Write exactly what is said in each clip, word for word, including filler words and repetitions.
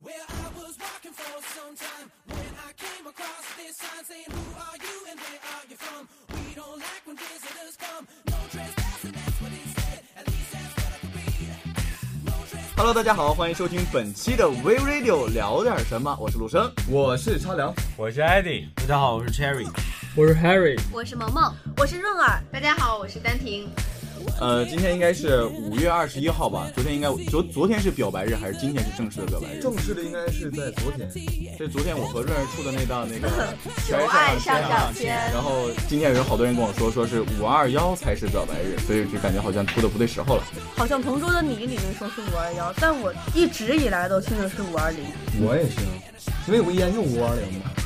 Hello， 大家好，欢迎收听本期的 We Radio 聊点什么，我是陆生， 我是超良， 我是 Eddie， 大家好，我是 Cherry， 我是 Harry， 我是萌萌， 我是润儿，大家好，我是丹婷。 呃，今天应该是五月二十一号吧？昨天应该昨昨天是表白日，还是今天是正式的表白日？ 正式的应该是在昨天。 是昨天我和润儿出的那档那个求爱上上签， 然后今天有好多人跟我说，说是五二幺才是表白日，所以就感觉好像出的不对时候了。 好像同桌的你理论说是五二幺，但我一直以来都听的是五二零。 我也是，因为我研究五二零嘛。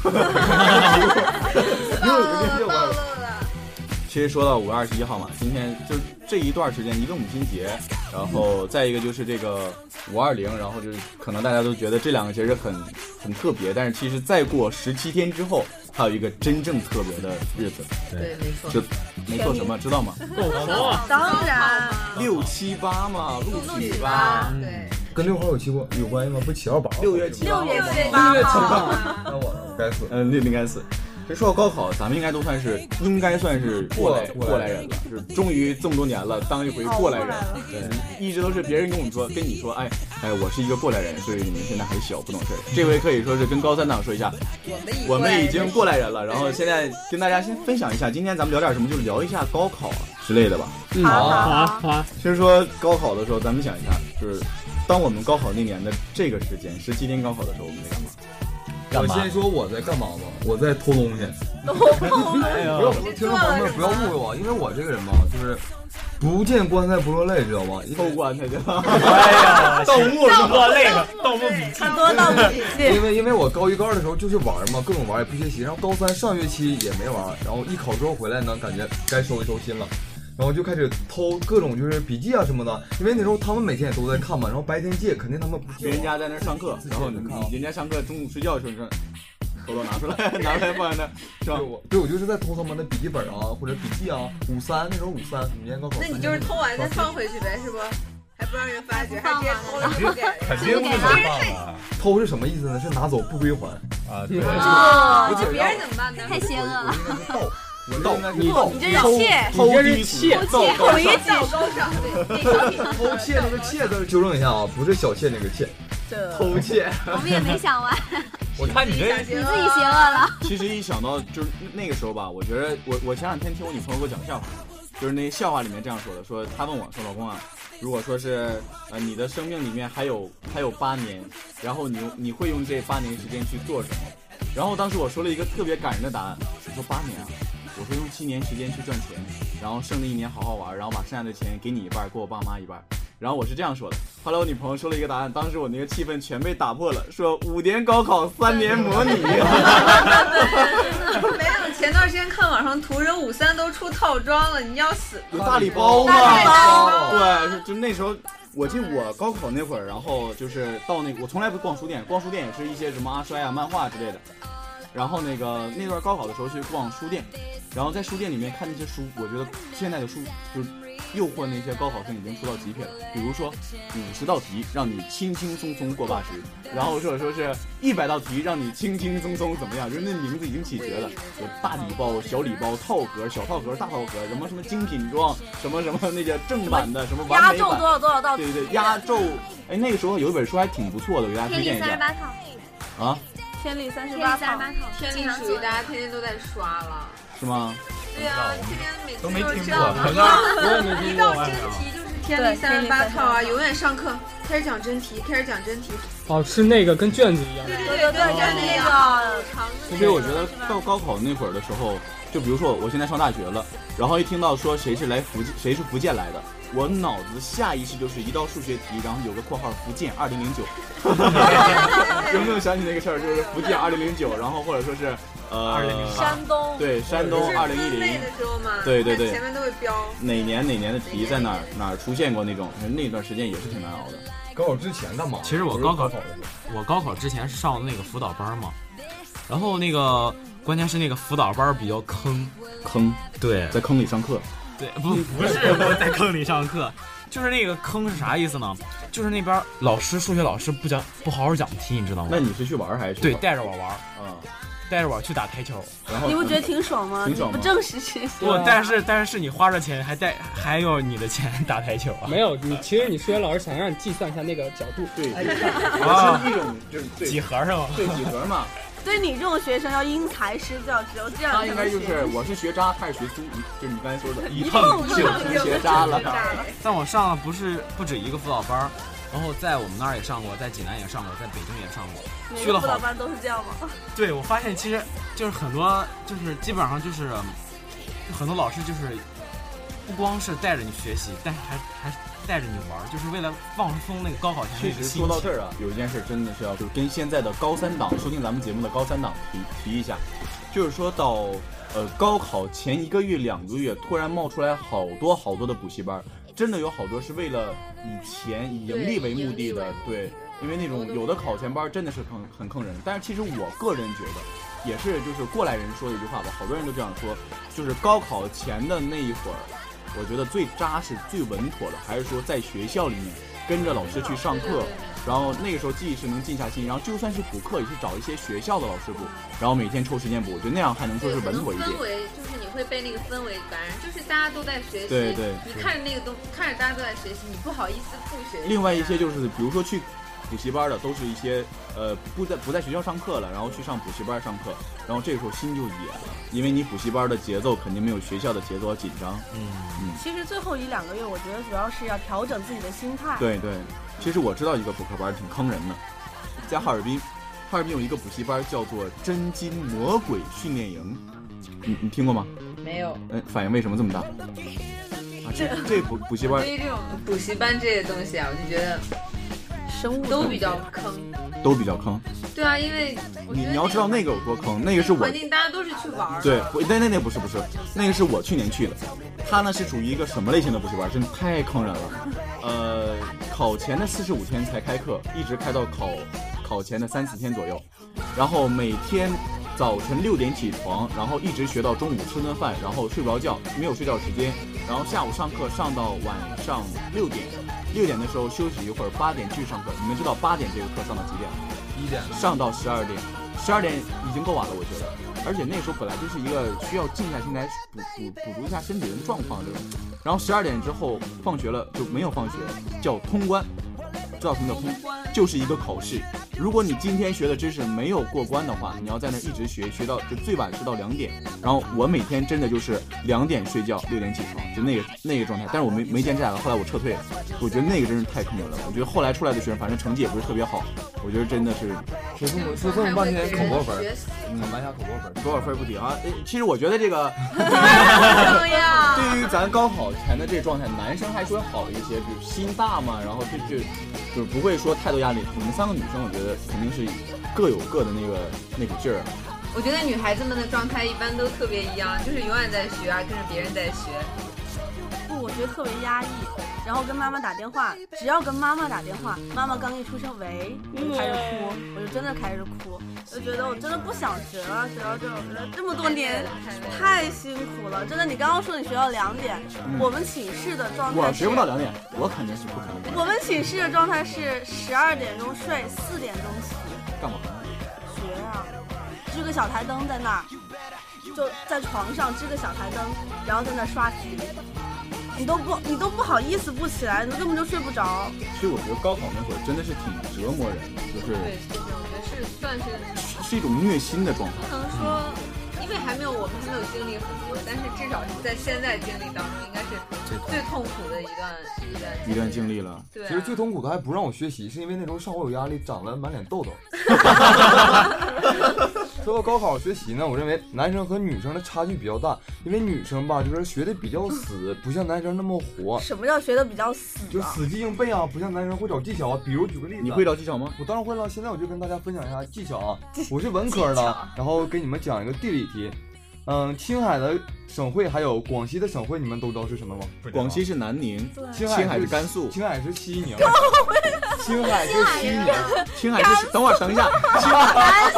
暴露了，暴露了。 其实说到五月二十一号嘛，今天就这一段时间，一个母亲节，然后再一个就是这个五二零，然后就是可能大家都觉得这两个节日很很特别，但是其实再过十七天之后，还有一个真正特别的日子。 对，没错。 就没错什么，知道吗？ 够熟，当然。 六七八嘛，录取吧。 对。 跟六号有七过有关系吗？不七号八？ 六月七号。 六月七八。六月七号。那我该死。 嗯，那应该死。其实说到高考，咱们应该都算是应该算是过来过来人了，是终于这么多年了，当一回过来人。对，一直都是别人跟我们说，跟你说，哎哎，我是一个过来人，所以你们现在还小，不懂事。这回可以说是跟高三党说一下，我们已经过来人了。然后现在跟大家先分享一下，今天咱们聊点什么，就是聊一下高考啊之类的吧。 嗯，好好好。 其实说高考的时候，咱们想一下，就是当我们高考那年的这个时间，十七天高考的时候，我们在干嘛？ 我先说我在干嘛吧，我在偷东西。 偷东西！ 不要，听众朋友们不要误会我，因为我这个人嘛，就是不见棺材不落泪，知道吗？ 偷棺材去了。 哎呀， 盗墓是吧？累了，盗墓笔记。 很多盗墓笔记。 因为因为我高一高二的时候就是玩嘛，各种玩也不学习，然后高三上学期也没玩，然后艺考之后回来呢，感觉该收一收心了。然后就开始偷各种就是笔记啊什么的，因为那时候他们每天也都在看嘛，然后白天借肯定他们不借， 人家在那上课，然后你人家上课中午睡觉的时候，你说偷偷拿出来，拿出来放在那，是吧？ 对，我对我就是在偷他们的笔记本啊或者笔记啊，五三那时候五三，你年高考。 那你就是偷完再放回去呗，是不？还不让人发觉，还直接偷了不给， 肯定不能放啊！ 偷是什么意思呢？是拿走不归还啊！对， 那别人怎么办呢？ 太邪恶了。 我盗， 你盗， 你这是窃， 偷是窃， 偷一脚高尚， 偷窃那个窃字纠正一下啊，不是小窃那个窃，偷窃。 我们也没想完。 我看你这， 你自己邪恶了。 其实一想到就是那个时候吧，我觉得我我前两天听我女朋友给我讲笑话，就是那笑话里面这样说的，说她问我说老公啊，如果说是呃你的生命里面还有还有八年，然后你你会用这八年时间去做什么？然后当时我说了一个特别感人的答案，我说八年啊。我会用七年时间去赚钱，然后剩的一年好好玩，然后把剩下的钱给你一半，给我爸妈一半。然后我是这样说的。后来我女朋友说了一个答案，当时我那个气氛全被打破了，说五年高考，三年模拟。 没有，前段时间看网上图，人五三都出套装了，你要死。 有大礼包吗？对，就那时候。我记得我高考那会儿，然后就是到那个，我从来不逛书店，逛书店也是一些什么阿衰啊、漫画之类的。然后那个那段高考的时候去逛书店，然后在书店里面看那些书，我觉得现在的书就是诱惑那些高考生已经出到极品了。比如说五十道题让你轻轻松松过八十，然后或者说是一百道题让你轻轻松松怎么样，就是那名字已经起绝了，有大礼包、小礼包、套盒、小套盒、大套盒，什么什么精品装，什么什么那个正版的，什么完美版， 压轴多少多少道题， 对对对，压轴。哎，那个时候有一本书还挺不错的，给大家推荐一下。 天力三十八套。 啊。 天力三十八套， 天力属于大家天天都在刷了， 是吗？ 对呀，天天每次都没听过， 一道真题就是天力三十八套啊，永远上课开始讲真题，开始讲真题。 哦，是那个跟卷子一样。 对对对对，就是那个长的。 所以我觉得到高考那会儿的时候，就比如说我现在上大学了，然后一听到说谁是来福建，谁是福建来的。我脑子下意识就是一道数学题，然后有个括号福建二零零九，有没有想起那个事儿？就是福建二零零九，然后或者说是呃山东， 对山东二零一零的时候嘛， 对对对， 前面都会标哪年哪年的题在哪儿哪儿出现过那种，那段时间也是挺难熬的。 高考之前干嘛？ 其实我高考我高考之前是上的那个辅导班嘛，然后那个关键是那个辅导班比较坑坑， 对， 在坑里上课。 对，不不是不在坑里上课， 就是那个坑是啥意思呢？就是那边老师数学老师不讲不好好讲题，你知道吗？ 那你是去玩还是去对， 玩带着我玩， 啊？ 带着我去打台球。 然后你不觉得挺爽吗？ 挺爽吗你不正式学习。 不，但是但是是你花着钱，还带还有你的钱打台球啊？ 没有，你其实你数学老师想让你计算一下那个角度。 对， 哎，你看， 我是一种就是对几何是吗？ 对几何嘛。 对你这种学生要因材施教，只有这样才能学。 他应该就是我是学渣，他是学苏，就是你刚才说的， 一碰就成学渣了。 但我上了不是不止一个辅导班，然后在我们那儿也上过，在济南也上过，在北京也上过， 每去了好。 个辅导班都是这样吗？ 对，我发现其实就是很多，就是基本上就是很多老师就是不光是带着你学习，但是还还带着你玩，就是为了放松那个高考前其实那个心情。 说到这儿啊，有一件事真的是要就是跟现在的高三党收听咱们节目的高三党提提一下，就是说到呃高考前一个月两个月，突然冒出来好多好多的补习班，真的有好多是为了以钱以盈利为目的的，对，因为那种有的考前班真的是坑很坑人。但是其实我个人觉得，也是就是过来人说的一句话吧，好多人都这样说，就是高考前的那一会儿。我觉得最扎实、最稳妥的，还是说在学校里面跟着老师去上课，然后那个时候既是能静下心，然后就算是补课，也是找一些学校的老师补，然后每天抽时间补，我觉得那样还能说是稳妥一点。 氛围就是你会被那个氛围感染，就是大家都在学习， 对对， 你看着那个东，看着大家都在学习，你不好意思不学习。 另外一些就是比如说去补习班的，都是一些呃不在不在学校上课了，然后去上补习班上课，然后这个时候心就野了，因为你补习班的节奏肯定没有学校的节奏紧张。 嗯嗯。 其实最后一两个月，我觉得主要是要调整自己的心态。 对对，其实我知道一个补课班挺坑人的，在哈尔滨，哈尔滨有一个补习班叫做真金魔鬼训练营，你你听过吗？ 没有。 嗯，反应为什么这么大？啊，这这补补习班， 对于这种补习班这些东西啊，我就觉得生物都比较坑。 都比较坑。 对啊，因为你你要知道那个有多坑，那个是我环境大家都是去玩。 对，那那那不是不是，那个是我去年去的，他呢是属于一个什么类型的补习班？真的太坑人了。呃，考前的四十五天才开课，一直开到考考前的三四天左右，然后每天早晨六点起床，然后一直学到中午吃顿饭，然后睡不着觉，没有睡觉时间，然后下午上课上到晚上六点，六点的时候休息一会儿，八点继续上课。你们知道八点这个课上到几点？ 一点上到十二点，十二点已经够晚了，我觉得。而且那时候本来就是一个需要静下心来补补补足一下身体的状况这种。然后十二点之后放学了就没有放学，叫通关。知道什么叫通？就是一个考试。如果你今天学的知识没有过关的话，你要在那一直学，学到就最晚是到两点。然后我每天真的就是两点睡觉，六点起床，就那个那个状态。但是我没没坚持下来，后来我撤退了。我觉得那个真是太坑人了。我觉得后来出来的学生，反正成绩也不是特别好。我觉得真的是说这么说这么半天考多少分？嗯，拿下考多少分？ 多少分不低啊？其实我觉得这个对于咱高考前的这个状态，男生还说好一些，比如心大嘛，然后就就就是不会说太多压力。你们三个女生，我觉得肯定是各有各的那个那股劲儿。 我觉得女孩子们的状态一般都特别一样，就是永远在学啊，跟着别人在学。 不，我觉得特别压抑。然后跟妈妈打电话，只要跟妈妈打电话，妈妈刚一出声，喂，我就开始哭，我就真的开始哭，就觉得我真的不想学了，学到这种这么多年太辛苦了，真的。你刚刚说你学到两点， 嗯、 我们寝室的状态我学不到两点，我肯定是不可能。 我们寝室的状态是十二点钟睡，四点钟起。 干嘛？ 学啊，支个小台灯在那儿，就在床上支个小台灯，然后在那刷题。你都不，你都不好意思不起来，你根本就睡不着。 其实我觉得高考那会儿真的是挺折磨人的，就是对，就是我觉得是算是是一种虐心的状态。 不能说，因为还没有我们还没有经历很多，但是至少是在现在经历当中，应该是最痛苦的一段一段一段经历了。 对、啊， 其实最痛苦的还不让我学习，是因为那时候上火有压力，长了满脸痘痘。说到高考学习呢，我认为男生和女生的差距比较大，因为女生吧就是学的比较死，不像男生那么活。 什么叫学的比较死、啊？ 就死记硬背啊，不像男生会找技巧啊。比如举个例子， 你会找技巧吗？ 我当然会了，现在我就跟大家分享一下技巧啊。我是文科的，然后给你们讲一个地理题。嗯，青海的省会还有广西的省会，你们都知道是什么吗？ 广西是南宁， 青海, 青海是甘肃， 青海是西宁，青海是西宁， 青海是等会儿等一下，青海。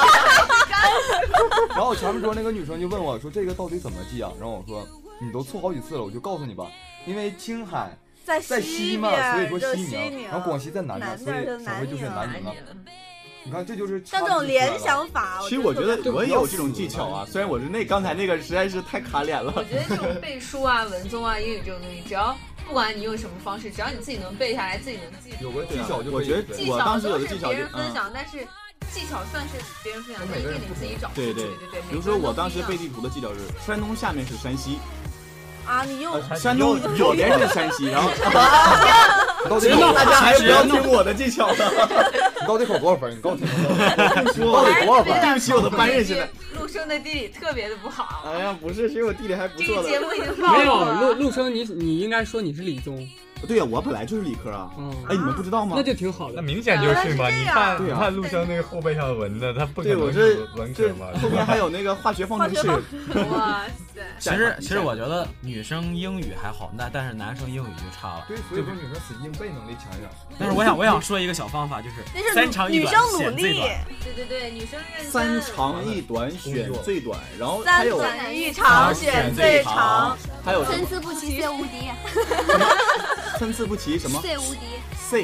然后前面桌那个女生就问我说：“这个到底怎么记啊？”然后我说：“你都错好几次了，我就告诉你吧。因为青海在在西嘛，所以说西宁， 宁，然后广西在南边，所以省会就是南宁了。你看，这就是像这种联想法。 其实我觉得我也有这种技巧啊，虽然我是那刚才那个实在是太卡脸了。 我觉得这种背书啊、文综啊、英语这种东西，只要不管你用什么方式，只要你自己能背下来，自己能记住， 有个技巧就我觉得我当时有的技巧别人分享，但是技巧算是别人分享，但一定得自己找。 对对对对。 比如说我当时背地图的技巧是，山东下面是山西。 啊，你用山东左边是山西，然后大家还不要听我的技巧呢。 你到底考多少分？你告诉我，到底多少分？对不起，我的班认识的。 陆生的地理特别的不好。 哎呀，不是，其实我地理还不错的。 这个节目已经爆了。 没有，陆陆生，你你应该说你是理综。 对呀，我本来就是理科啊。嗯。哎，你们不知道吗？ 那就挺好的。 那明显就是嘛，你看，你看陆生那个后背上的纹的，他不可能是文科嘛。 后面还有那个化学方程式。 哇塞！ 其实其实我觉得女生英语还好，那但是男生英语就差了。 对，所以说女生死记硬背能力强一点。 但是我想我想说一个小方法，就是三长一短选最短。 对对对，女生认真。 三长一短选最短，然后还有三短一长选最长， 还有参差不齐最无敌。 参差不齐什么？ 最无敌。 C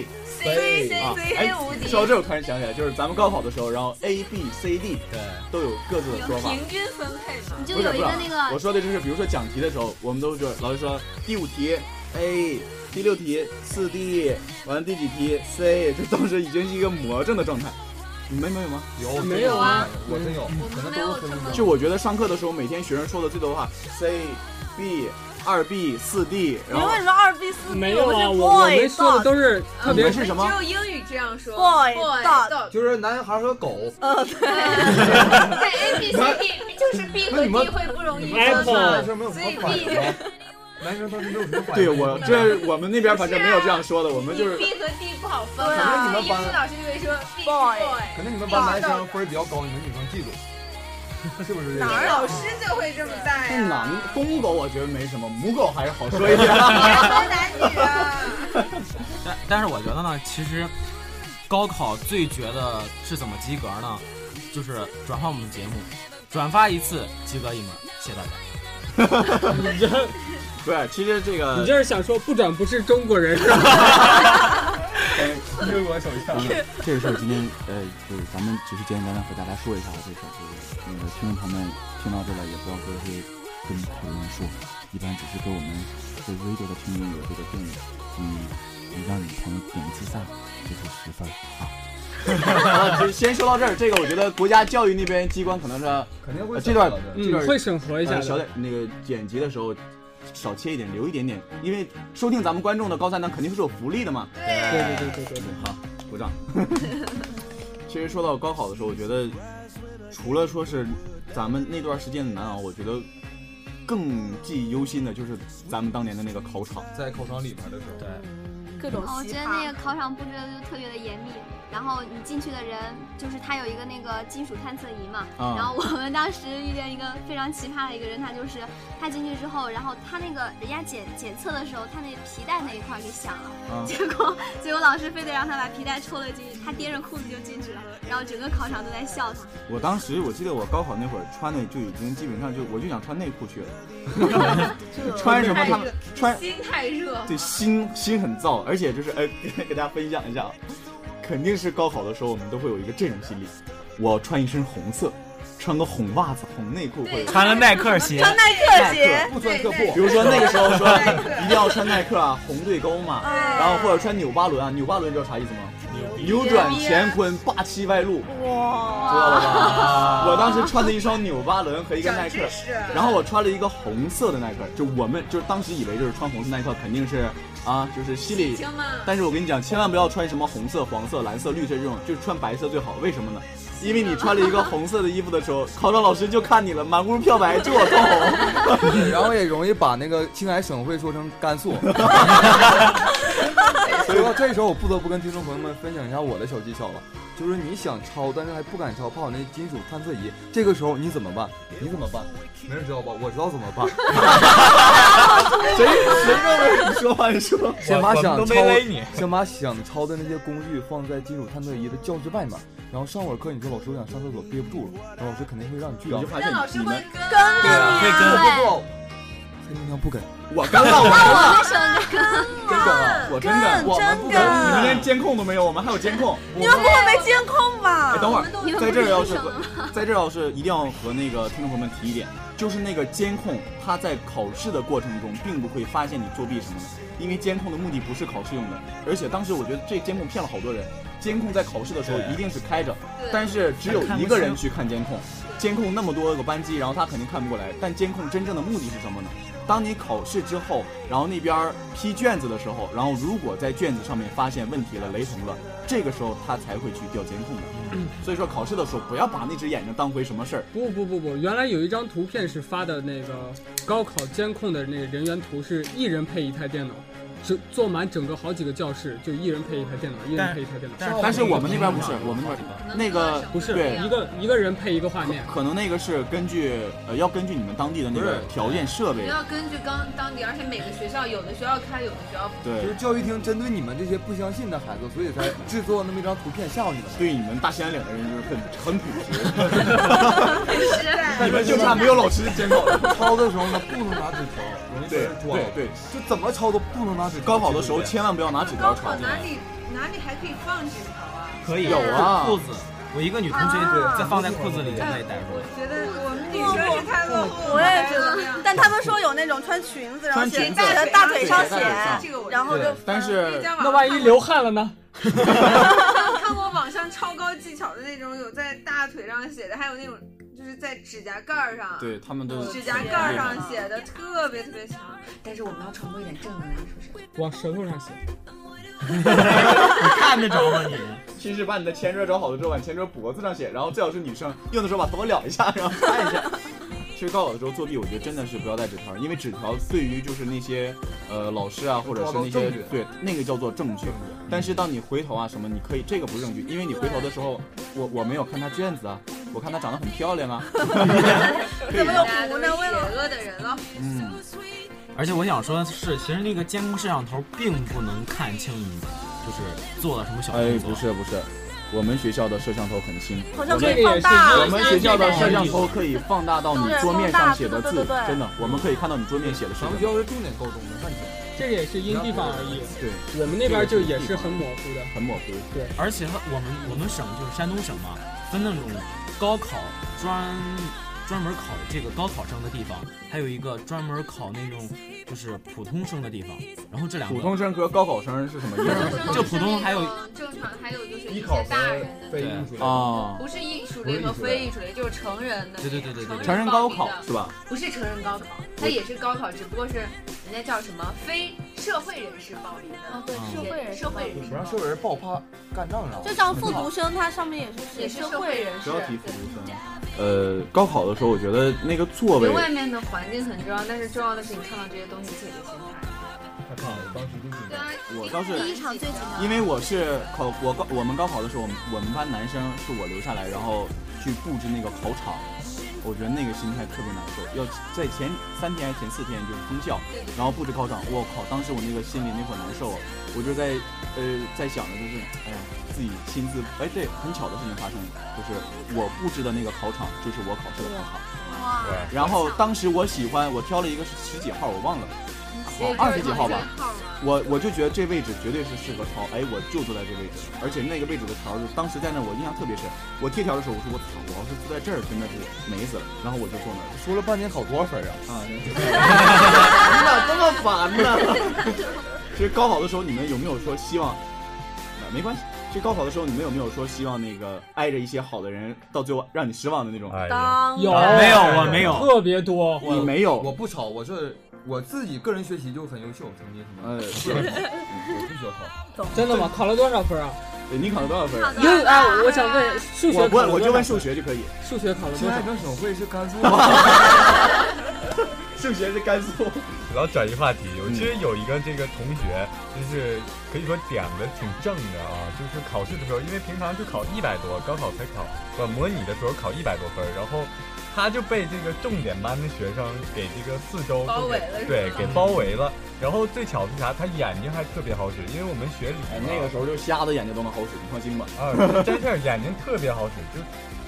C C 啊！ 哎， 说到这我突然想起来，就是咱们高考的时候，然后 A B C D 对都有各自的说法。 平均分配嘛。 你就有一个那个。 我说的就是，比如说讲题的时候，我们都是老师说第五题 A， 第六题四 D， 完了第几题 C， 这当时已经是一个魔怔的状态。你们没有吗？ 有没有啊？ 我真有，可能都是分就我觉得上课的时候，每天学生说的最多的话 C B。二 B 四 D， 然后你为什么二 B 四 D？ 没有啊，我我们说的都是特别是什么？ 只有英语这样说 ，boy dog， 就是男孩和狗。 嗯，对。 在 A B C D 就是 B 和 D 会不容易分嘛，所以 B。 男生当时没有什么反应。 对我这我们那边反正没有这样说的，我们就是 B 和 D 不好分啊。 英语老师就会说 boy， 可能你们班男生分比较高，你们女生记住。是不是？ 哪儿老师就会这么带呀？ 男公狗我觉得没什么，母狗还是好说一点。 别分男女啊！ 但但是我觉得呢，其实高考最绝的是怎么及格呢？就是转发我们的节目，转发一次及格一门，谢谢大家。你这不是，其实这个你这是想说不转不是中国人是吧？ 英国首相。 这个事儿今天呃，就是咱们只是简简单单和大家说一下这事儿，就是那个听众朋友们听到这了，也不要说是跟别人说，一般只是给我们对 radio 的听众有这个建议，嗯，你让你朋友点一次赞就是十分啊。就先说到这儿，这个我觉得国家教育那边机关可能是肯定会这段这段会审核一下， 小点那个剪辑的时候。少切一点，留一点点，因为收听咱们观众的高三党肯定是有福利的嘛。 对对对对对对， 好，鼓掌。其实说到高考的时候，我觉得除了说是咱们那段时间的难熬，我觉得更记忆犹新的就是咱们当年的那个考场， 在考场里面的时候， 对， 各种我觉得那个考场布置的就特别的严密。然后你进去的人，就是他有一个那个金属探测仪嘛， 啊、 然后我们当时遇见一个非常奇葩的一个人，他就是他进去之后，然后他那个人家检检测的时候，他那皮带那一块给响了， 啊、 结果结果老师非得让他把皮带抽了进去，他掂着裤子就进去了，然后整个考场都在笑他。 我当时我记得我高考那会儿穿的就已经基本上就我就想穿内裤去了，穿什么他们穿心太热， 对心心很燥，而且就是哎给给大家分享一下。肯定是高考的时候，我们都会有一个这种心理：我要穿一身红色，穿个红袜子、红内裤，或者穿个耐克鞋， 穿耐克鞋， 不穿特步。 比如说那个时候说一定要穿耐克啊，红对勾嘛，然后或者穿纽巴伦啊，纽巴伦知道啥意思吗？扭转乾坤，霸气外露， 哇， 知道了吧？我当时穿的一双纽巴伦和一个耐克，然后我穿了一个红色的耐克，就我们就是当时以为就是穿红色耐克肯定是。啊，就是心里，但是我跟你讲，千万不要穿什么红色、黄色、蓝色、绿色这种，就穿白色最好。为什么呢？因为你穿了一个红色的衣服的时候，考场老师就看你了，满屋漂白，就我通红，然后也容易把那个青海省会说成甘肃。所以说这时候我不得不跟听众朋友们分享一下我的小技巧了，就是你想抄，但是还不敢抄，怕有那金属探测仪，这个时候你怎么办？你怎么办？没人知道吧？我知道怎么办。 谁谁认为你说话你说？ 先把想抄，先把想抄的那些工具放在金属探测仪的教室外面，然后上会儿课你说老师我想上厕所憋不住了，然后老师肯定会让你去啊。 那老师会跟跟着你， 会跟不？他经常不跟。 我跟了，我跟了， 梗，我真梗， 我们不梗， 你们连监控都没有，我们还有监控。 你们不会没监控吧？ 哎，等会儿，在这儿要是在这儿要是一定要和那个听众朋友们提一点，就是那个监控，它在考试的过程中并不会发现你作弊什么的，因为监控的目的不是考试用的。而且当时我觉得这监控骗了好多人，监控在考试的时候一定是开着，但是只有一个人去看监控。监控那么多个班机，然后他肯定看不过来。但监控真正的目的是什么呢？当你考试之后，然后那边批卷子的时候，然后如果在卷子上面发现问题了、雷同了，这个时候他才会去调监控的。嗯、所以说考试的时候不要把那只眼睛当回什么事儿。 不不不不，原来有一张图片是发的那个高考监控的那个人员图，是一人配一台电脑。就坐满整个好几个教室，就一人配一台电脑，一人配一台电脑。 但是但是我们那边不是，我们那边那个不是对一个一个人配一个画面， 可能那个是根据呃要根据你们当地的那个条件设备， 要根据刚当地，而且每个学校有的学校开，有的学校不。 对， 就是教育厅针对你们这些不相信的孩子，所以才制作那么一张图片吓唬你们。 对你们大兴安岭的人就是很很朴实， 是你们就差没有老师监考了。 抄的时候呢，不能拿纸条，容易被人抓。 对对， 就怎么抄都不能拿纸条。 高考的时候千万不要拿纸条抄。 哪里哪里还可以放纸条啊？ 可以有啊， 裤子。我一个女同学再放在裤子里就可以带入。 我觉得我们女生是太落后了。 我也觉得，但他们说有那种穿裙子，然后写在大腿上写，然后就。 但是那万一流汗了呢？ 看过网上超高技巧的那种，有在大腿上写的，还有那种就是在指甲盖上， 对他们都指甲盖上写的特别特别强。但是我们要传播一点正能量，是不是？ 往舌头上写。 你看得着吗你？ 其实把你的前折折好了之后，往前折脖子上写，然后最好是女生用的时候把头发撩一下，然后看一下。其实高考的时候作弊，我觉得真的是不要带纸条，因为纸条对于就是那些呃老师啊，或者是那些对那个叫做证据。但是当你回头啊什么，你可以这个不是证据，因为你回头的时候，我我没有看他卷子啊，我看他长得很漂亮啊。 怎么有胡呢？ 为了邪恶的人了。 嗯。而且我想说的是，其实那个监控摄像头并不能看清你就是做了什么小动作。 哎，不是不是。我们学校的摄像头很清， 好像可以放大。 我们学校的摄像头可以放大到你桌面上写的字，真的，我们可以看到你桌面写的是。 咱们学校是重点高中的，看起来。 这个也是因地方而异。 对， 我们那边就也是很模糊的， 很模糊。 对， 而且我们我们省就是山东省嘛，分那种高考专专门考这个高考生的地方，还有一个专门考那种就是普通生的地方。然后这两个普通生和高考生是什么意思？就普通还有正常，还有就是一些大人的非艺术类啊， 不是艺术类和非艺术类，就是成人的。 对对对对对， 成人高考是吧？ 不是成人高考，它也是高考，只不过是人家叫什么非社会人士报名的。 哦，对，社会人社会人士不让社会人报，怕干仗上。 就像复读生，它上面也是也是社会人士。 不要提复读生。呃，高考的时候，我觉得那个座位， 外面的环境很重要，但是重要的是你看到这些东西自己的心态。 太棒了，当时就紧张。 我倒是第一场最紧张， 因为我是考我高我们高考的时候，我们班男生是我留下来，然后去布置那个考场。我觉得那个心态特别难受，要在前三天还是前四天就是封校，然后布置考场。我靠，当时我那个心里那会儿难受啊，我就在呃在想着就是，哎呀，自己亲自哎对，很巧的事情发生，就是我布置的那个考场就是我考试的考场。 哇！ 然后当时我喜欢，我挑了一个十几号，我忘了。好，二十几号吧，我我就觉得这位置绝对是适合抄，哎，我就坐在这位置，而且那个位置的条就当时在那，我印象特别深。我贴条的时候，我说我操，我要是坐在这儿，真的是美死了。然后我就坐那儿， 说了半天考多少分啊？ 啊，你咋这么烦呢？其实高考的时候，你们有没有说希望？没关系。其实高考的时候，你们有没有说希望那个挨着一些好的人，到最后让你失望的那种？ 当有没有？我没有， 特别多。 你没有？ 我不抄，我是。我自己个人学习就很优秀，成绩什么？ 呃，是， 我不需要考。真的吗？考了多少分啊？ 对，你考了多少分？ 因啊，我想问数学。 我我就问数学就可以。 数学考了多少？ 青海省省会是甘肃。 数学是甘肃。 然后转移话题，我其实有一个这个同学，就是可以说点的挺正的啊，就是考试的时候，因为平常就考一百多，高考才考，呃，模拟的时候考一百多分，然后。他就被这个重点班的学生给这个四周包围了， 对，给包围了。然后最巧的是啥？他眼睛还特别好使，因为我们学理、 哎，那个时候就瞎子眼睛都能好使，你放心吧。 啊，真是眼睛特别好使，就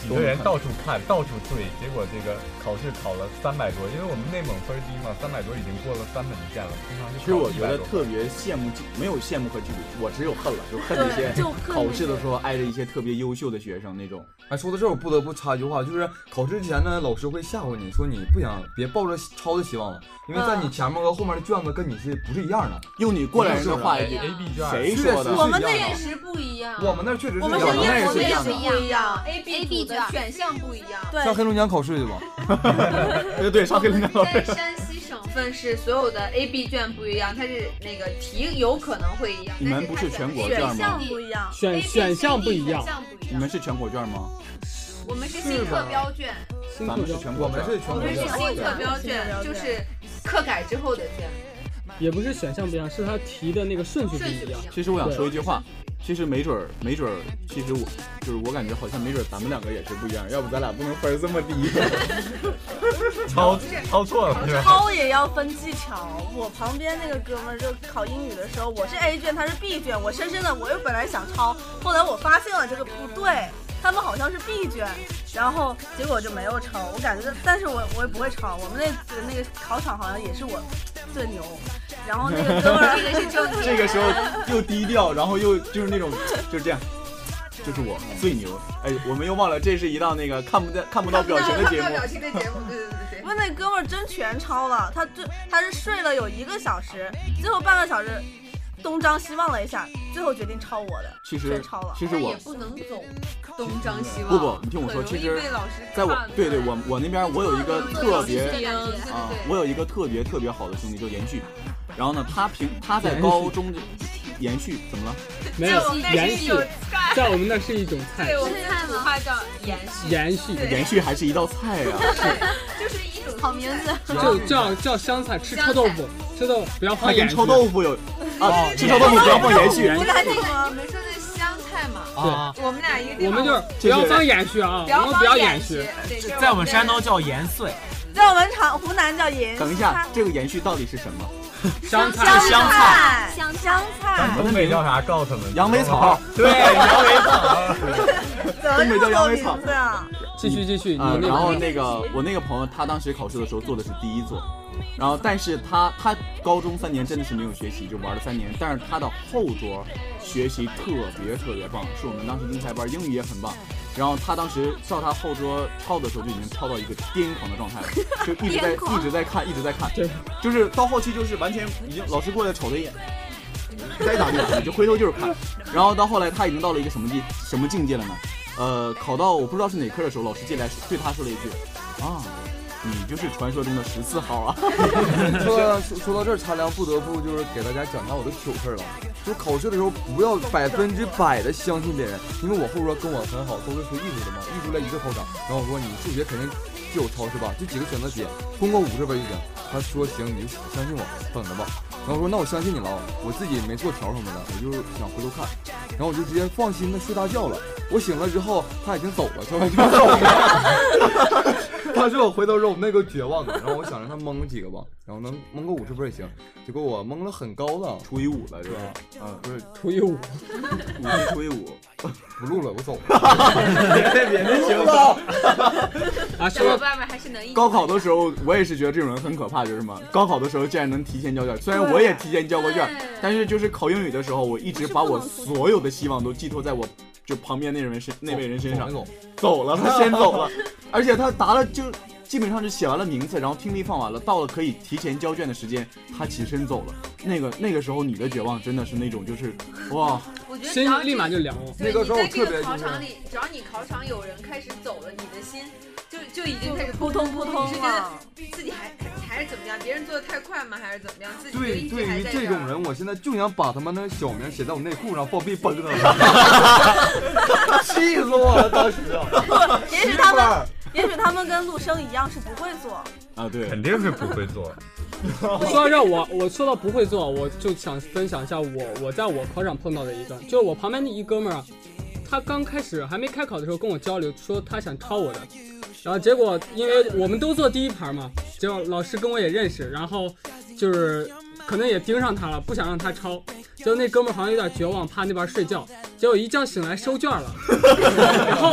几个人到处看，到处对，结果这个考试考了三百多，因为我们内蒙分低嘛，三百多已经过了三本线了。平常其实我觉得特别羡慕，没有羡慕和嫉妒，我只有恨了，就恨那些考试的时候挨着一些特别优秀的学生那种。 哎，说到这儿我不得不插一句话，就是考试之前呢，老师会吓唬你说你不想别抱着抄的希望了，因为在你前面和后面的卷子跟你是不是一样的？ 用你过来人的话一句 ，A B 卷， 谁说的？ 我们那确实不一样。 我们那确实是， 我们那也是也一样不一样 ，A B 的选项不一样。 对， 上黑龙江考试去吧。 对对，上黑龙江考试。 在山西省份是所有的 A B 卷不一样，它是那个题有可能会一样。 你们不是全国卷吗？ 选项不一样， 选选项不一样。 你们是全国卷吗？ 我们是新课标卷， 咱们是全国， 我们是全我们是国新课标卷，就是课改之后的卷。 也不是选项不一样，是他题的那个顺序不一样。 其实我想说一句话，其实没准儿，没准儿，其实我就是我感觉好像没准儿咱们两个也是不一样，要不咱俩不能分这么低。 抄抄错了， 抄也要分技巧。我旁边那个哥们儿就考英语的时候，我是 A 卷，他是 B 卷，我深深的我又本来想抄，后来我发现了这个不对。他们好像是 B 卷，然后结果我就没有抄，我感觉，但是我我也不会抄。我们那那个考场好像也是我最牛，然后那个哥们儿这个是正这个时候又低调，然后又就是那种就是这样，就是我最牛。哎，我们又忘了，这是一档那个看不见看不到表情的节目。 看不到表情的节目，对对对对。 不是那哥们儿真全抄了，他就他是睡了有一个小时，最后半个小时东张西望了一下，最后决定抄我的， 其实全抄了。 其实我也不能总东张西望。 不不，你听我说，其实在我对对我我那边我有一个特别啊，我有一个特别特别好的兄弟叫延续，然后呢，他平他在高中的延续怎么了？ 没有延续，在我们那是一种菜。 对，我们菜嘛，它叫延续。 延续， 延续还是一道菜呀。 就是一种好名字， 就叫叫香菜，吃臭豆腐，吃豆腐不要放延续。臭豆腐有啊，吃臭豆腐不要放延续。 你们听吗？你们说的香菜嘛？ 对， 我们俩一个地方， 我们就是不要放延续啊，我们不要延续。 在我们山东叫延穗， 在我们长湖南叫延。 等一下，这个延续到底是什么？ 香菜， 香菜，香香菜。 东北叫啥？告诉他们。 杨梅草。 对，杨梅草。 东北叫杨梅草。 继续继续。 啊，然后那个我那个朋友，他当时考试的时候做的是第一座，然后但是他他高中三年真的是没有学习，就玩了三年，但是他的后桌学习特别特别棒，是我们当时英才班，英语也很棒。然后他当时到他后桌抄的时候就已经抄到一个癫狂的状态了，就一直在一直在看，一直在看，就是到后期就是完全已经老师过来瞅他一眼，该咋地咋地，就回头就是看。然后到后来他已经到了一个什么境什么境界了呢？呃，考到我不知道是哪科的时候，老师进来对他说了一句啊。你就是传说中的十四号啊！ 说到说到这儿，擦亮不得不就是给大家讲一下我的糗事了。就是考试的时候不要百分之百的相信别人，因为我后桌跟我很好，都是学艺术的嘛，艺术类一个考场。然后我说你数学肯定就有抄是吧？就几个选择题，通过五十分就行。他说行，你就相信我，等着吧。然后我说那我相信你了，我自己没做条什么的，我就想回头看，然后我就直接放心的睡大觉了。我醒了之后他已经走了，他已经走了。他是我回头时候我那个绝望的，然后我想让他蒙几个吧，然后能蒙个五十分也行，结果我蒙了很高了， 除以五了，是吧？ 啊，不是除以五， 五除以五， 不录了，我走了。 别别别行了。 啊，说外面还是能。 高考的时候，我也是觉得这种人很可怕，就是什么？高考的时候竟然能提前交卷，虽然我也提前交过卷，但是就是考英语的时候，我一直把我所有的希望都寄托在我。就旁边那人身那位人身上， 走, 走了，他先走了，而且他答了就基本上就写完了名次，然后听力放完了，到了可以提前交卷的时间，他起身走了。那个那个时候你的绝望真的是那种就是哇， 我觉得心立马就凉了。 那个时候特别考场里，只要你考场有人开始走了，你的心就就已经开始扑通扑通了。 你是觉得自己还还是怎么样？别人做的太快吗？还是怎么样？自己对，对于这种人，我现在就想把他们的小名写在我内裤上，放屁崩他了，气死我了！当时啊， 也许他们，也许他们跟陆生一样是不会做啊，对， 肯定是不会做。 说到这，我我说到不会做，我就想分享一下我我在我考场碰到的一个，就是我旁边的一哥们儿啊，他刚开始还没开考的时候跟我交流，说他想抄我的。然后结果因为我们都坐第一排嘛，结果老师跟我也认识，然后就是可能也盯上他了，不想让他抄。结果那哥们儿好像有点绝望，怕那边睡觉，结果一觉醒来收卷了。然后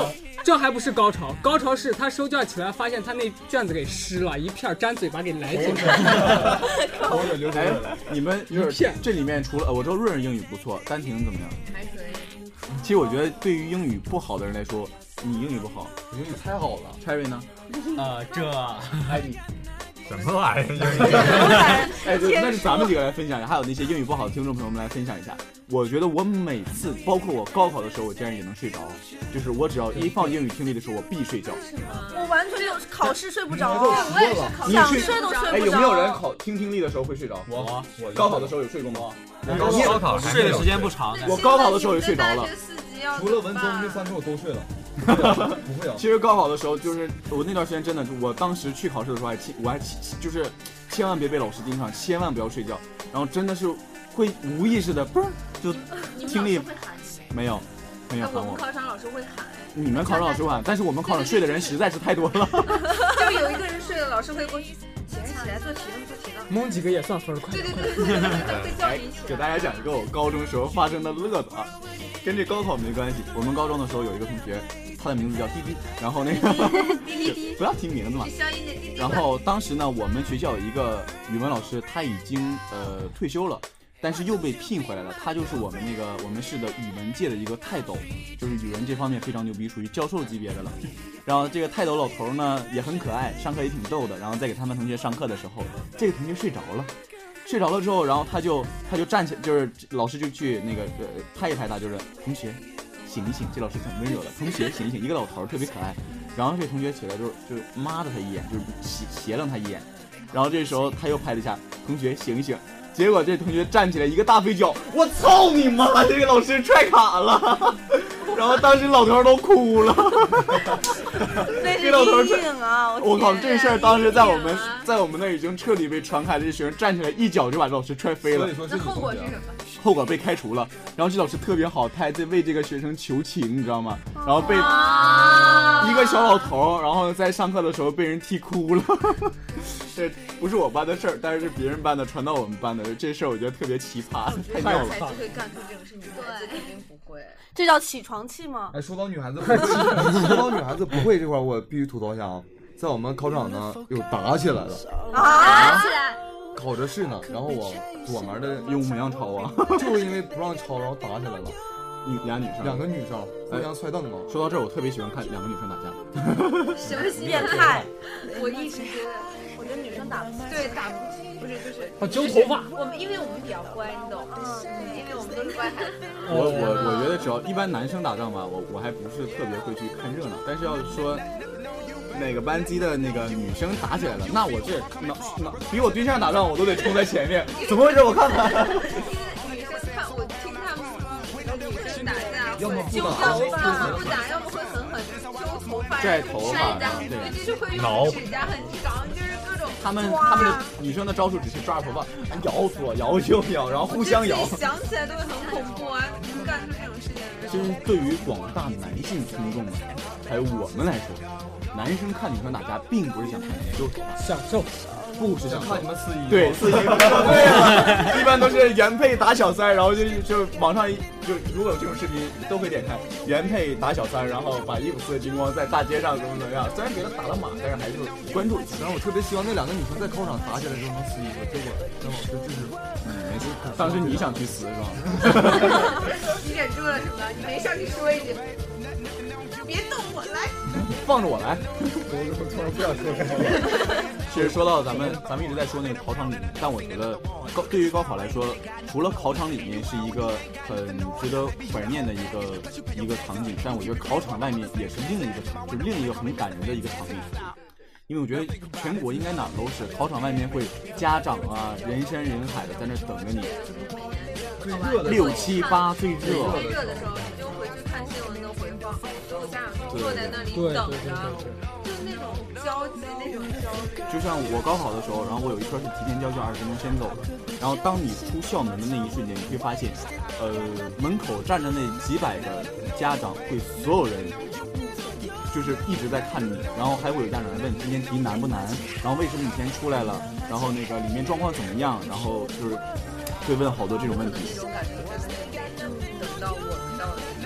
这还不是高潮，高潮是他收卷起来发现他那卷子给湿了，一片粘嘴巴给来进去了。 哎，你们就是这里面除了我知道润润英语不错，丹婷怎么样？ 还可以。 其实我觉得对于英语不好的人来说，你英语不好， 英语太好了。 Cherry 呢？ 呃，这哎你。 什么玩意儿？ 哎，对，那是咱们几个来分享一下，还有那些英语不好的听众朋友们来分享一下。我觉得我每次，包括我高考的时候，我竟然也能睡着，就是我只要一放英语听力的时候，我必睡觉。 我完全就考试睡不着， 我也是考试想睡都睡不着。 哎，有没有人考听听力的时候会睡着？ 我我高考的时候有睡过吗？ 我高考睡的时间不长， 我高考的时候也睡着了。 除了文综这三科我都睡了。不会啊。 其实高考的时候，就是我那段时间真的，我当时去考试的时候还我还就是千万别被老师盯上，千万不要睡觉。然后真的是会无意识的嘣就听力没有没有喊我。 我们考场老师会喊。 你们考场老师会喊，但是我们考场睡的人实在是太多了。 就有一个人睡了，老师会过去。起来起来做题了做题了， 蒙几个也算分快。 对对对对对对，会叫你起来。 给大家讲一个我高中时候发生的乐子啊，跟这高考没关系。我们高中的时候有一个同学，他的名字叫滴滴，然后那个滴滴不要提名字嘛。然后当时呢，我们学校有一个语文老师，他已经呃退休了。但是又被聘回来了，他就是我们那个我们市的语文界的一个泰斗，就是语文这方面非常牛逼，属于教授级别的了。然后这个泰斗老头呢也很可爱，上课也挺逗的。然后在给他们同学上课的时候，这个同学睡着了，睡着了之后，然后他就他就站起，就是老师就去那个呃拍一拍他，就是同学醒一醒，这老师很温柔的，同学醒一醒，一个老头特别可爱。然后这同学起来就就抹了他一眼，就是斜斜楞他一眼。然后这时候他又拍了一下，同学醒一醒。结果这同学站起来一个大飞脚，我操你妈！这个老师踹卡了，然后当时老头都哭了。 那是阴影啊！ 我靠，这事儿当时在我们在我们那已经彻底被传开了，这学生站起来一脚就把老师踹飞了。 那后果是什么？ 后果被开除了。然后这老师特别好，他还在为这个学生求情，你知道吗？然后被一个小老头，然后在上课的时候被人踢哭了。这不是我班的事儿，但是是别人班的传到我们班的，这事儿我觉得特别奇葩，太妙了。 才会干出这种事，女孩子肯定不会。 这叫起床气吗？ 哎，说到女孩子不会，说到女孩子不会这块，我必须吐槽一下啊！在我们考场呢，有打起来了啊！打起来， 考着试呢，然后我左面的用怎样抄啊？ 就是因为不让抄，然后打起来了。 女俩女生， 两个女生互相踹凳子。 说到这儿，我特别喜欢看两个女生打架。 什么变态？ 我一直觉得， 我觉得女生打不对打不起，不是就是啊揪头发。 我们因为我们比较乖，你懂吗？因为我们都是乖孩子。 我我我觉得只要一般男生打仗吧，我我还不是特别会去看热闹，但是要说哪个班级的那个女生打起来了，那我这那那比我对象打仗我都得冲在前面，怎么回事？我看看。 女生看我听他们女生打架， 要么不打，要么不打，要么会狠狠揪头发、 拽头发， 对，就是会用指甲很长，就是各种。 他们他们的女生的招数只是抓头发，摇左摇右摇，然后互相摇。 想起来都会很恐怖啊！干出这种事情。 其实对于广大男性听众们，还有我们来说，男生看女生打架，并不是想看你们揪头发， 享受。 不是想看你们撕衣服， 对撕衣服，对啊，一般都是原配打小三，然后就就网上就如果有这种视频都会点开，原配打小三，然后把衣服撕得精光，在大街上怎么怎么样，虽然给他打了码，但是还是关注一下。 然后我特别希望那两个女生在考场打起来之后能撕衣服，结果张老师就是嗯没事，当时你想去撕是吧？ 你忍住了是吧？你没上去说一句，别动我来， 放着我来。 我突然不想说什么。 其实说到咱们，咱们一直在说那个考场理念，但我觉得高对于高考来说，除了考场里面是一个很值得怀念的一个一个场景，但我觉得考场外面也是另一个场，就是另一个很感人的一个场面。因为我觉得全国应该哪儿都是，考场外面会家长啊人山人海的在那等着你。 最热的六七八最热。 最热的时候，你就回去看新闻的回放，所有家长坐在那里等着。就是那种焦急，那种焦急。 就像我高考的时候，然后我有一科是提前交卷，二十分钟先走的。然后当你出校门的那一瞬间，你会发现，呃，门口站着那几百个家长，会所有人就是一直在看你，然后还会有家长来问今天题难不难，然后为什么你先出来了，然后那个里面状况怎么样，然后就是会问好多这种问题。 那种感觉真的等到我们到了。 对，反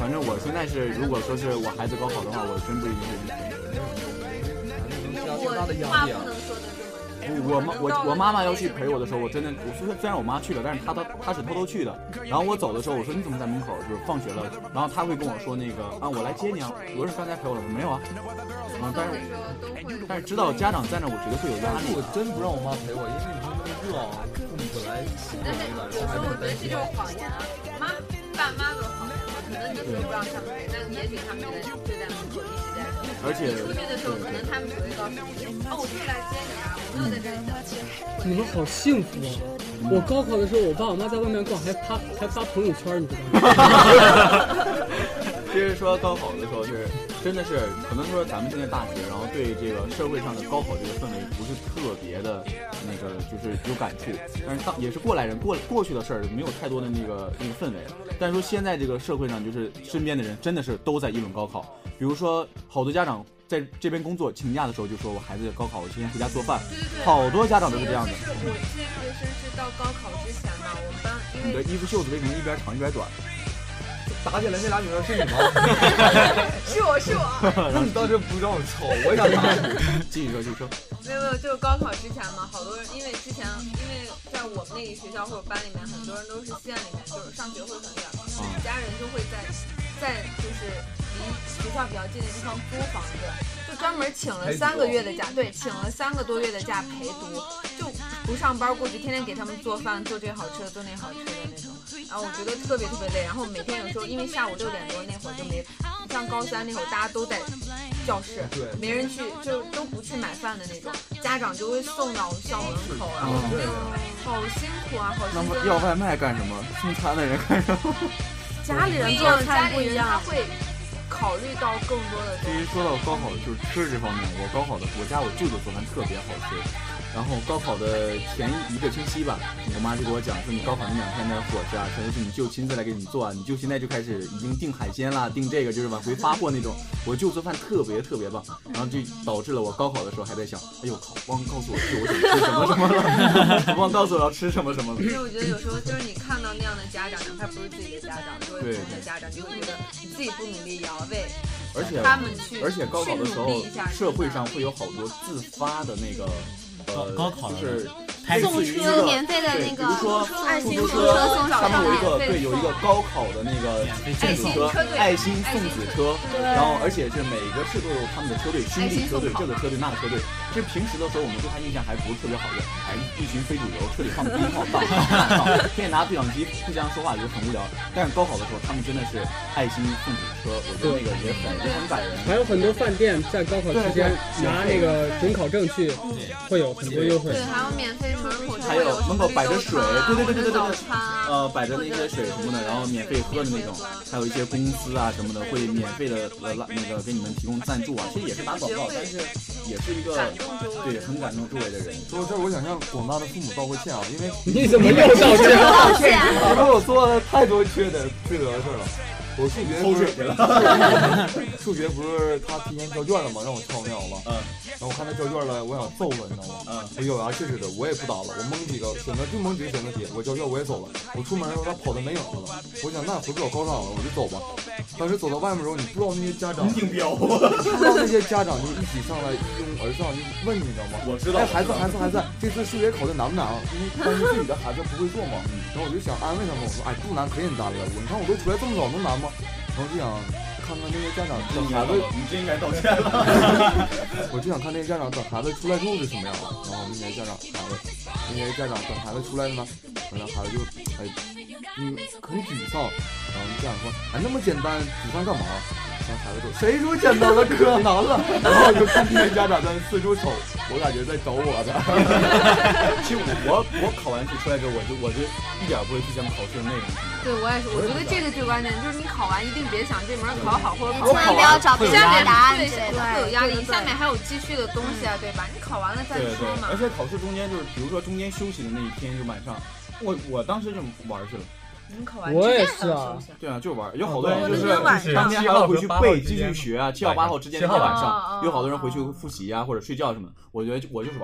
反正我现在是，如果说是我孩子高考的话，我真不一定会去选。 我大的压力啊！ 我妈我我妈妈要去陪我的时候，我真的，我虽虽然我妈去了，但是她她她是偷偷去的。然后我走的时候，我说你怎么在门口？就是放学了，然后她会跟我说那个啊，我来接你啊。我说刚才陪我了吗？没有啊。啊，但是但是知道家长在那，我觉得会有压力。 我真不让我妈陪我，因为你说那么热啊，父母本来习惯了，然后还很担心。 这就是谎言啊！妈，爸妈都好，可能你说不让他们陪，但也许他们就在就在门口一直在。 而且出去的时候，可能他们只会告诉你，哦，我就是来接你啊，我没有在这里等你。 你们好幸福啊！我高考的时候，我爸我妈在外面逛，还发还发朋友圈，你知道吗？ 其实说高考的时候是，真的是可能说咱们现在大学，然后对这个社会上的高考这个氛围不是特别的那个，就是有感触。但是当也是过来人过过去的事儿，没有太多的那个那个氛围。但是说现在这个社会上，就是身边的人真的是都在议论高考。比如说，好多家长在这边工作请假的时候就说，我孩子高考，我今天回家做饭。 对对对， 好多家长都是这样的。 尤其是我记得特别深是到高考之前嘛，我们班因为你的衣服袖子为什么一边长一边短？ 打起来那俩女生是你吗？ 是我是我。 那你当时不让我抽，我也想打你。 继续说，继续说。 没有没有，就是高考之前嘛，好多人因为之前因为在我们那个学校或者班里面，很多人都是县里面，就是上学会很远嘛， 嗯、 家人就会在在就是离学校比较近的地方租房子，就专门请了三个月的假，对，请了三个多月的假陪读，就不上班过去，天天给他们做饭，做这好吃的，做那好吃的那种。然后我觉得特别特别累，然后每天有时候因为下午六点多那会儿就没，像高三那会儿大家都在教室，没人去，就都不去买饭的那种，家长就会送到校门口，然后觉得好辛苦啊，好辛苦。 那么要外卖干什么？送餐的人干什么？ 家里人做的菜不一样， 他会考虑到更多的。 至于说到高考就是吃这方面，我高考的我家我舅舅做饭特别好吃。然后高考的前一个星期吧，我妈就给我讲说，你高考那两天的伙食啊，全都是你舅亲自来给你做啊，你舅现在就开始已经订海鲜啦，订这个就是往回发货那种。我舅做饭特别特别棒，然后就导致了我高考的时候还在想，哎呦靠，忘告诉我舅我想吃什么什么了，忘告诉我要吃什么什么了。 因为我觉得有时候就是你看到那样的家长，哪怕不是自己的家长，作为自己的家长，你会觉得你自己不努力也要为而且他们去， 而且高考的时候，社会上会有好多自发的那个。呃， 高考就是送车免费的那个， 比如说爱心出租车， 他们有一个对有一个高考的那个送子车，爱心送子车，然后而且是每个市都有他们的车队，兄弟车队，这个车队那个车队。其实平时的时候我们对他印象还不是特别好的，还一群非主流，车里放鞭炮，当当当，天天拿对讲机互相说话，就很无聊。但是高考的时候，他们真的是爱心送子车，我觉得那个也很也很感人。 还有很多饭店在高考期间拿那个准考证去，会有很多优惠。 对，还有免费门口， 还有门口摆着水，对对对对对对对，呃，摆着那些水什么的，然后免费喝的那种，还有一些公司啊什么的会免费的呃那个给你们提供赞助啊，其实也是打广告，但是也是一个对很感动周围的人。 说到这儿，我想向广大的父母道个歉啊，因为你怎么又道歉？ 道歉， 因为我做了太多缺德缺德的事了。我数学偷水去了， 数学不是他提前交卷了吗？让我抄那好吧？ 嗯。 然后我看他交卷了，我想揍他，你知道吗？嗯。我咬牙切齿的，我也不打了，我蒙几个选择就蒙几个选择题，我交卷我也走了。我出门的时候他跑的没影子了，我想那回不了考场了，我就走吧。当时走到外面的时候，你不知道那些家长， 定标， 不知道那些家长就一起上来一拥而上就问你，你知道吗？ 我知道。 哎，孩子孩子孩子，这次数学考的难不难啊？因为担心自己的孩子不会做嘛。然后我就想安慰他们，我说哎不难可简单了，我你看我都出来这么早能难吗？然后就想看看那些家长等孩子， 你真应该道歉了。 我就想看那些家长等孩子出来之后是什么样的。然后那些家长孩子，那些家长等孩子出来了呢，然后孩子就哎嗯很沮丧。然后家长说哎那么简单，沮丧干嘛？然后孩子说谁说简单了，可难了。然后我就看那些家长在四处瞅，我感觉在找我的。 其实我我考完试出来之后，我就我就一点不会去想考试的内容。 对，我也是，我觉得这个最关键就是你考完一定别想这门考好或者考千万不要找别人的答案， 对，会有压力，下面还有继续的东西啊，对吧？你考完了再说嘛。 而且考试中间就是，比如说中间休息的那一天，就晚上，我我当时就玩去了。 你考完我也是啊， 对啊，就玩。有好多人就是当天还要回去背，继续学啊。七号八号之间的晚上，有好多人回去复习啊，或者睡觉什么的。我觉得我就是玩了。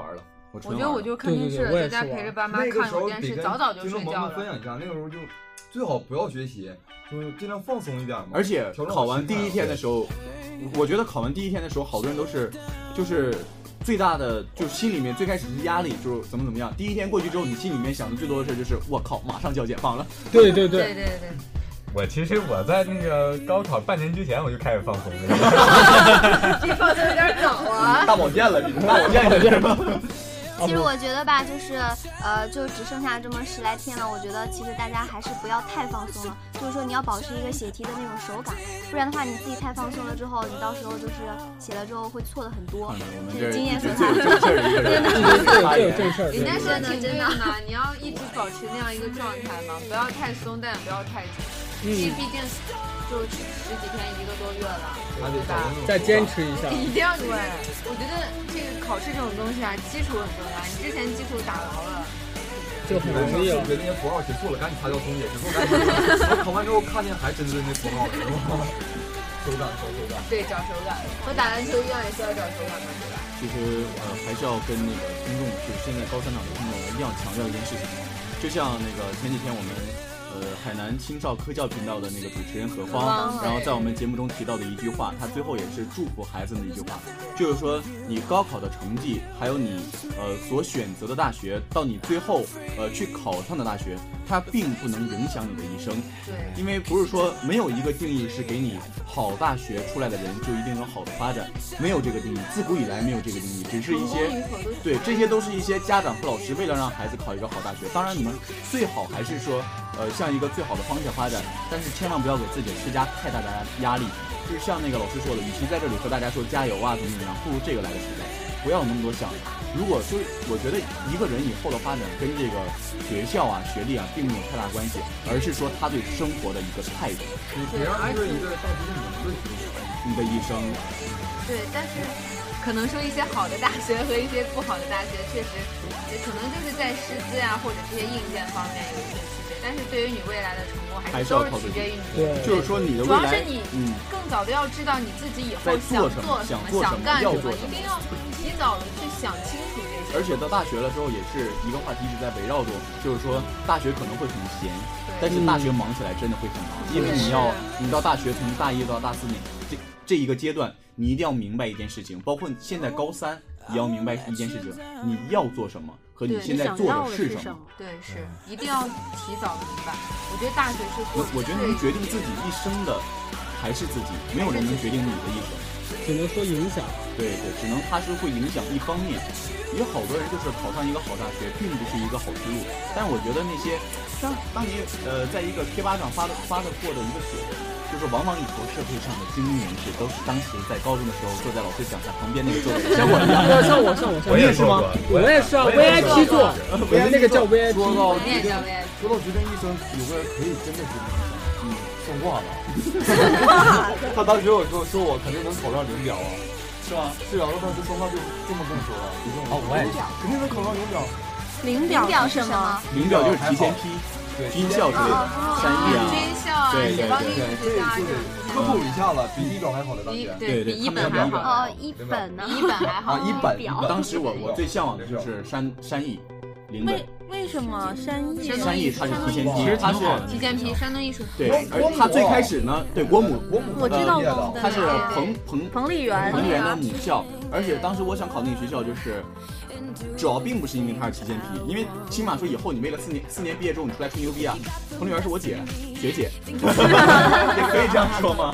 我觉得我就看电视，在家陪着爸妈看会儿电视，早早就睡觉了。 分享一下，那个时候就最好不要学习，就是尽量放松一点嘛。 而且考完第一天的时候，我觉得考完第一天的时候，好多人都是就是最大的就是心里面最开始是压力，就是怎么怎么样。第一天过去之后，你心里面想的最多的事就是我靠，马上就要解放了。 对对对对对对。 我其实我在那个高考半年之前我就开始放松了。 这放松有点早啊！ 大保健了，你大保健了这是吗？ 其实我觉得吧，就是呃，就只剩下这么十来天了。我觉得其实大家还是不要太放松了，就是说你要保持一个写题的那种手感，不然的话你自己太放松了之后，你到时候就是写了之后会错的很多。这是经验所谈。 真的有正事儿。 人家说挺对的嘛，你要一直保持那样一个状态嘛，不要太松，但也不要太紧。嗯，毕竟就十几天一个多月了，对吧？ 再坚持一下， 一定要对。我觉得这个考试这种东西啊，基础很重要。你之前基础打牢了， 就很容易了。 觉得那些符号写错了，赶紧擦掉重写，写错赶紧。我考完之后看见还真是那符号了，是吗？手感，找手感。 对，找手感。和打篮球一样，也需要找手感嘛，对吧？ 其实呃，还是要跟那个听众，就是现在高三党的听众，一定要强调一件事情，就像那个前几天我们。呃，海南青少科教频道的那个主持人何芳，然后在我们节目中提到的一句话，他最后也是祝福孩子们的一句话，就是说你高考的成绩，还有你呃所选择的大学，到你最后呃去考上的大学，它并不能影响你的一生。 对， 因为不是说没有一个定义是给你好大学出来的人就一定有好的发展，没有这个定义，自古以来没有这个定义，只是一些对，这些都是一些家长和老师为了让孩子考一个好大学，当然你们最好还是说呃向一个最好的方向发展，但是千万不要给自己施加太大的压力。就是像那个老师说的，与其在这里和大家说加油啊怎么怎么样，不如这个来的实在，不要那么多想。如果就是我觉得一个人以后的发展跟这个学校啊学历啊并没有太大关系，而是说他对生活的一个态度。 主要是一个到底你的你的一生。 对，但是可能说一些好的大学和一些不好的大学，确实也可能就是在师资呀、啊、或者这些硬件方面有一些区别，但是对于你未来的成功还是都是取决于你。 对，就是说你的未来， 主要是你更早的要知道你自己以后想做什么、想干什么，一定要提早的去想清楚这些。 而且到大学了之后，也是一个话题一直在围绕着，就是说大学可能会很闲，但是大学忙起来真的会很忙，因为你要你到大学从大一到大四年这这一个阶段，你一定要明白一件事情，包括现在高三也要明白一件事情，你要做什么和你现在做的是什么。 对，是一定要提早明白。我觉得大学是我我觉得能决定自己一生的还是自己，没有人能决定你的一生， 只能说影响。 对对，只能它是会影响一方面。有好多人就是考上一个好大学，并不是一个好之路。但是我觉得那些当当你呃在一个贴吧上发的发的过的一个帖子，就是往往以后社会上的精英人士都是当时在高中的时候坐在老师讲台旁边那个座位，像我一样。 像我像我像我你也是吗？ 我也是啊 ，V I P 座，那个叫 V I P。 说到决定，说到决定一生，有个人可以真的决定一生，嗯，算卦了。他当时我说说我肯定能考上零表啊。是吧？是啊，他当时说话就这么跟我说的。 哦，我也是， 肯定能考上零表。 零表是什么？ 零表就是提前批，军校之类的，山艺啊， 军校啊， 对对对，这就是科普一下了，比一表还好的大学。 对，比一本还好。 哦，一本呢？ 一本还好。 啊，一本。 当时我我最向往的就是山山艺。 为为什么山艺？ 山艺它是提前批，它是提前批，山东艺术。 对，而它最开始呢，对国母， 国母我知道它是彭彭彭丽媛， 彭丽媛的母校。而且当时我想考那个学校，就是主要并不是因为它是提前批，因为起码说以后你为了四年四年毕业之后你出来吹牛逼啊，彭丽媛是我姐学姐，也可以这样说吗？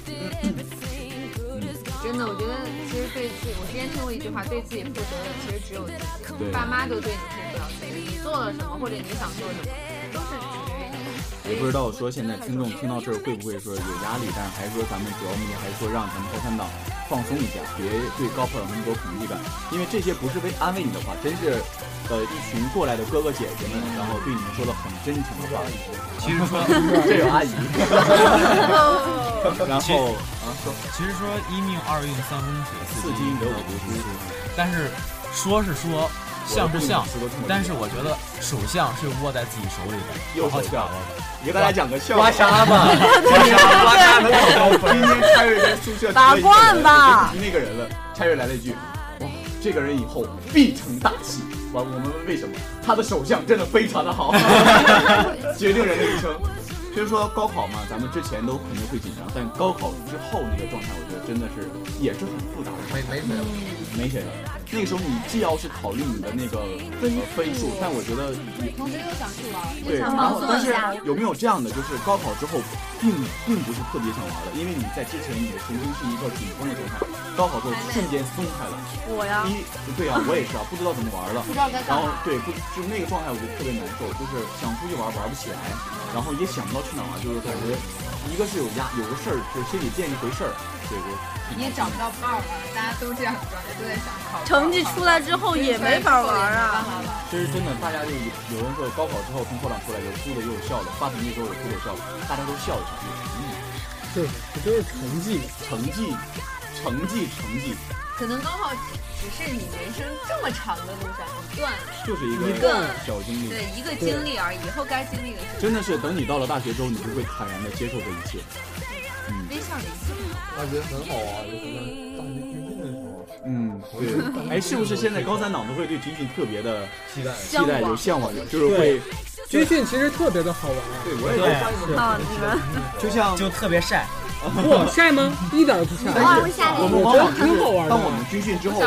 真的，我觉得其实对自己，我之前听过一句话，对自己负责的其实只有自己，爸妈都对你负不了责任，你做了什么或者你想做什么，都是取决于你。 也不知道说现在听众听到这儿会不会说有压力，但是还是说咱们主要目的还是说让咱们高三党放松一下，别对高考有那么多恐惧感，因为这些不是为安慰你的话，真是呃一群过来的哥哥姐姐们，然后对你们说了很真诚的话。 其实说这有阿姨，然后啊说， 其实说一命二运三风水四积阴德五读书， 但是说是说像是像，但是我觉得手相是握在自己手里的，好好把握吧。 给大家讲个笑话，刮痧吧， 刮痧刮痧能考高分。今天蔡瑞在宿舍拔罐吧， 提那个人了。蔡瑞来了一句：“哇， 这个人以后必成大器。完，我们问为什么？他的手相真的非常的好，决定人的一生。所以说高考嘛，咱们之前都肯定会紧张，但高考之后那个状态，我觉得真的是也是很复杂的， 没没谁了， 没谁了。那个时候你既要是考虑你的那个分分数，但我觉得你同时又想去玩， 对，然后但是有没有这样的，就是高考之后并并不是特别想玩的，因为你在之前你的神经是一个紧绷的状态，高考之后瞬间松开了。 我呀， 一对啊，我也是啊，不知道怎么玩了， 不知道该干嘛。 然后对，不就那个状态，我觉得特别难受，就是想出去玩玩不起来，然后也想不到去哪玩，就是感觉一个是有压有个事儿，就是心里变一回事儿，对对。 你也找不到伴儿了，大家都这样状态，都在想考。 成绩出来之后也没法玩啊。 其实真的，大家就有人说高考之后从考场出来有哭的，也有笑的，发成绩之后有哭的有笑的，大家都笑一场，有诚意。 就是这就是成绩， 成绩，成绩，成绩。 可能高考只是你人生这么长的路上一段， 就是一个小经历， 对一个经历而已，以后该经历的事。 真的是等你到了大学之后，你就会坦然的接受这一切。 嗯，微笑的一切。 大学很好啊，有可能大学军训的时候。 嗯，对。哎，是不是现在高三党都会对军训特别的期待、 期待有向往，就是会。 军训其实特别的好玩。 对，我也觉得。 啊，你们就像就特别晒。 不晒吗？一点都不晒。 哇，会晒我们往往挺好玩的。 当我们军训之后。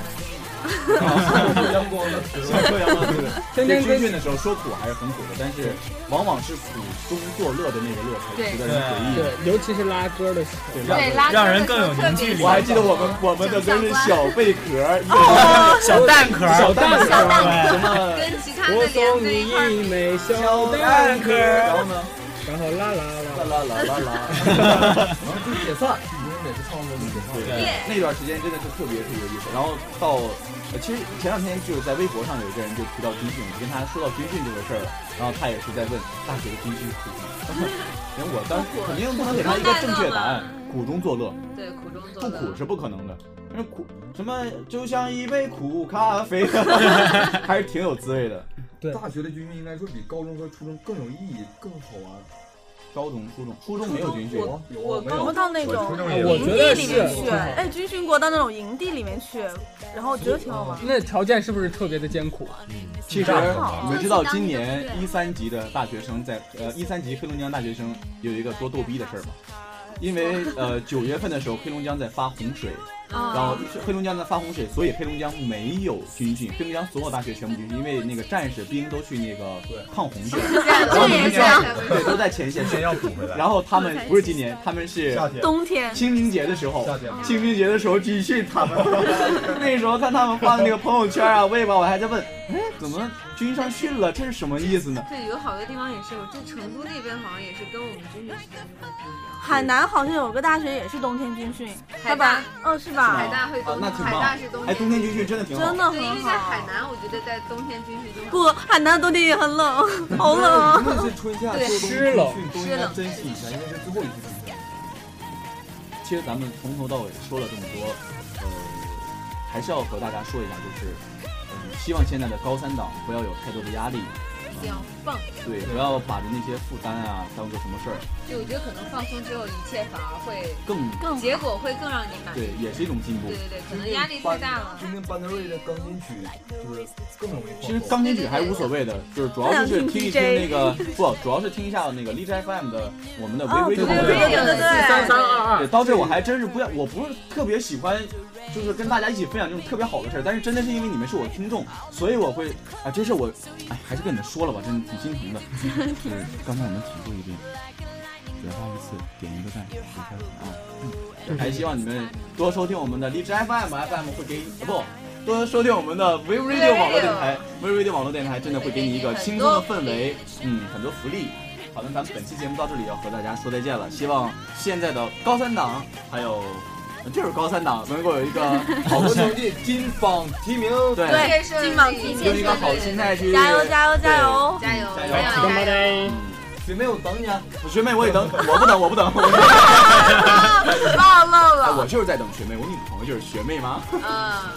阳光的， 阳光的，天天军训的时候说苦还是很苦的，但是往往是苦中作乐的那个乐才值得人回忆。 对，尤其是拉歌的时候， 对，拉让人更有凝聚力。 我还记得我们我们的歌是小贝壳， 小蛋壳， 小蛋壳， 什么跟其他的我送你一枚小蛋壳， 然后呢， 然后啦啦啦啦啦啦啦啦， 然后就解散。每次唱歌就解散。 对，那段时间真的是特别特别有意思。然后到。呃，其实前两天就是在微博上有一个人就提到军训，我跟他说到军训这个事儿了，然后他也是在问大学的军训苦吗？因为我当肯定不能给他一个正确答案，苦中作乐。 对，苦中作乐。不苦是不可能的，因为苦什么就像一杯苦咖啡，还是挺有滋味的。 对， 大学的军训应该说比高中和初中更有意义，更好玩。 高中、初中，初中没有军训， 我我不到那种营地里面去，哎，军训过到那种营地里面去，然后我觉得挺好玩。 那条件是不是特别的艰苦？ 嗯，其实你们知道今年一三级的大学生在呃一三级黑龙江大学生有一个多逗逼的事儿吗？因为呃九月份的时候黑龙江在发洪水。然后黑龙江在发洪水，所以黑龙江没有军训，黑龙江所有大学全部军训，因为那个战士兵都去那个抗洪去了，对，都在前线， 先要补回来。 然后他们不是今年，他们是冬天清明节的时候，清明节的时候军训他们。那时候看他们发的那个朋友圈啊、微博，我还在问，哎，怎么军上训了？这是什么意思呢？ 对，有好多地方也是，我这成都那边好像也是跟我们军训时间不一样。 海南好像有个大学也是冬天军训， 海大， 哦，是吧？ 海大会冬， 那挺海大是冬天。 哎，冬天军训真的挺好， 真的很好。 因为在海南，我觉得在冬天军训就不，海南冬天也很冷，好冷啊！ 无论是春夏秋冬湿冷， 都应该珍惜一下，因为是最后一次军训。 其实咱们从头到尾说了这么多，呃，还是要和大家说一下，就是，嗯、呃，希望现在的高三党不要有太多的压力。 一定要放， 对，不要把着那些负担啊当做什么事儿。 对，我觉得可能放松之后，一切反而会更更结果会更让你满意。 对，也是一种进步。 对对对，可能压力太大了。 今天班德瑞的钢琴曲就是更容易。 其实钢琴曲还无所谓的，就是主要就是听一听那个不，主要是听一下那个荔枝 F M 的我们的微微对对对对对， 三三二二。 对，到这我还真是不要，我不是特别喜欢。就是跟大家一起分享这种特别好的事儿，但是真的是因为你们是我的听众，所以我会啊，这是我哎，还是跟你们说了吧，真的挺心疼的。就是刚才我们提过一遍，转发一次，点一个赞，点开啊，嗯，还希望你们多收听我们的荔枝 F M，F M 会给啊不，多收听我们的 We Radio 网络电台 ，We Radio 网络电台真的会给你一个轻松的氛围，嗯，很多福利。好的，咱们本期节目到这里要和大家说再见了，希望现在的高三党还有。就是高三党能够有一个好的成绩，金榜题名，对， 金榜题名， 用一个好心态去加油加油加油加油加油加油！ 学妹，我等你啊！ 学妹我也等，我不等我不等。 忘了忘了， 我就是在等学妹，我女朋友就是学妹吗？ 嗯。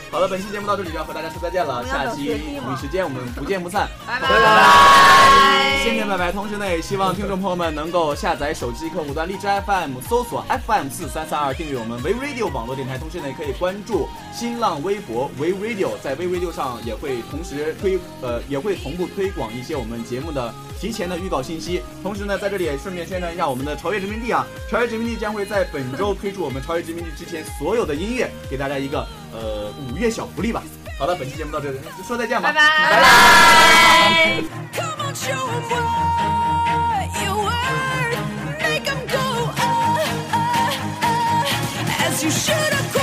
好了，本期节目到这里就要和大家说再见了，下期同一时间我们不见不散， 拜拜拜拜，先天拜拜。同时呢，也希望听众朋友们能够下载手机客户端荔枝 F M， 搜索 F M 四三三二，订阅我们 We Radio 网络电台。同时呢，也可以关注新浪微博 We Radio， 在 We Radio 上也会同时推呃也会同步推广一些我们节目的提前的预告信息。同时呢，在这里也顺便宣传一下我们的潮越殖民地啊，潮越殖民地将会在本周推出我们潮越殖民地之前所有的音乐，给大家一个呃五月小福利吧。好的，本期节目到这里，说再见吧， 拜拜拜拜。 Come on, show 'em what you were. Make 'em go, uh, uh, uh, as you should have.